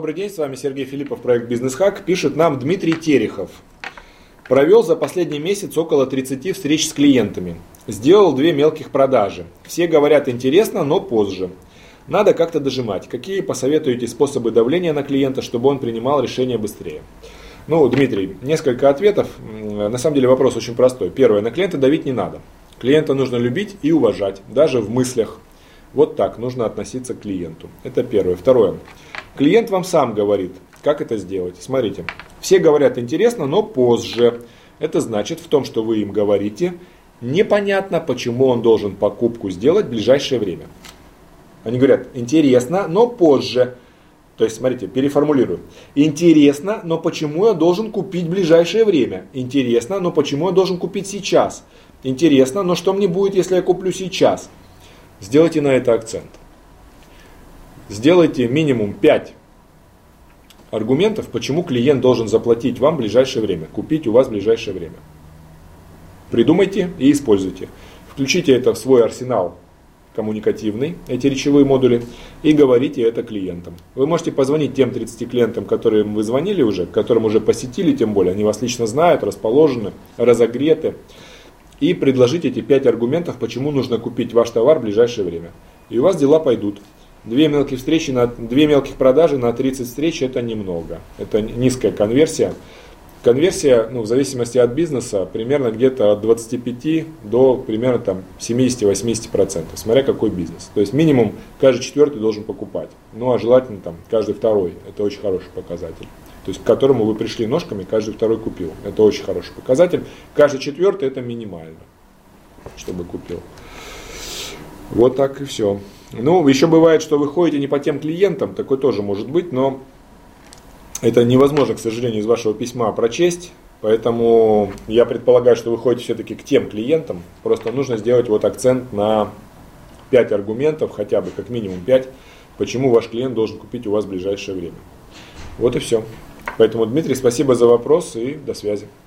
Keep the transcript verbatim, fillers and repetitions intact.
добрый день, с вами Сергей Филиппов, проект «Бизнес-хак». Пишет нам Дмитрий Терехов. Провел за последний месяц около тридцати встреч с клиентами. Сделал две мелких продажи. Все говорят интересно, но позже. Надо как-то дожимать. Какие посоветуете способы давления на клиента, чтобы он принимал решение быстрее? Ну, Дмитрий, несколько ответов. На самом деле вопрос очень простой. Первое, на клиента давить не надо. Клиента нужно любить и уважать, даже в мыслях. Вот так нужно относиться к клиенту. Это первое. Второе. Клиент вам сам говорит, как это сделать. Смотрите, все говорят интересно, но позже. Это значит в том, что вы им говорите, непонятно, почему он должен покупку сделать в ближайшее время. Они говорят, интересно, но позже. То есть, смотрите, переформулирую. Интересно, но почему я должен купить в ближайшее время? Интересно, но почему я должен купить сейчас? Интересно, но что мне будет, если я куплю сейчас? Сделайте на это акцент. Сделайте минимум пять аргументов, почему клиент должен заплатить вам в ближайшее время, купить у вас в ближайшее время. Придумайте и используйте. Включите это в свой арсенал коммуникативный, эти речевые модули, и говорите это клиентам. Вы можете позвонить тем тридцати клиентам, которым вы звонили уже, которым уже посетили, тем более, они вас лично знают, расположены, разогреты, и предложить эти пять аргументов, почему нужно купить ваш товар в ближайшее время. И у вас дела пойдут. Две мелкие встречи на, две мелких продажи на тридцать встреч это немного. Это низкая конверсия. Конверсия, ну, в зависимости от бизнеса, примерно где-то от двадцати пяти до примерно там семидесяти-восьмидесяти процентов, смотря какой бизнес. То есть минимум каждый четвертый должен покупать. Ну а желательно там каждый второй. Это очень хороший показатель. То есть к которому вы пришли ножками, каждый второй купил. Это очень хороший показатель. Каждый четвертый это минимально, чтобы купил. Вот так и все. Ну, еще бывает, что вы ходите не по тем клиентам, такое тоже может быть, но это невозможно, к сожалению, из вашего письма прочесть. Поэтому я предполагаю, что вы ходите все-таки к тем клиентам. Просто нужно сделать вот акцент на пять аргументов, хотя бы как минимум пять, почему ваш клиент должен купить у вас в ближайшее время. Вот и все. Поэтому, Дмитрий, спасибо за вопрос и до связи.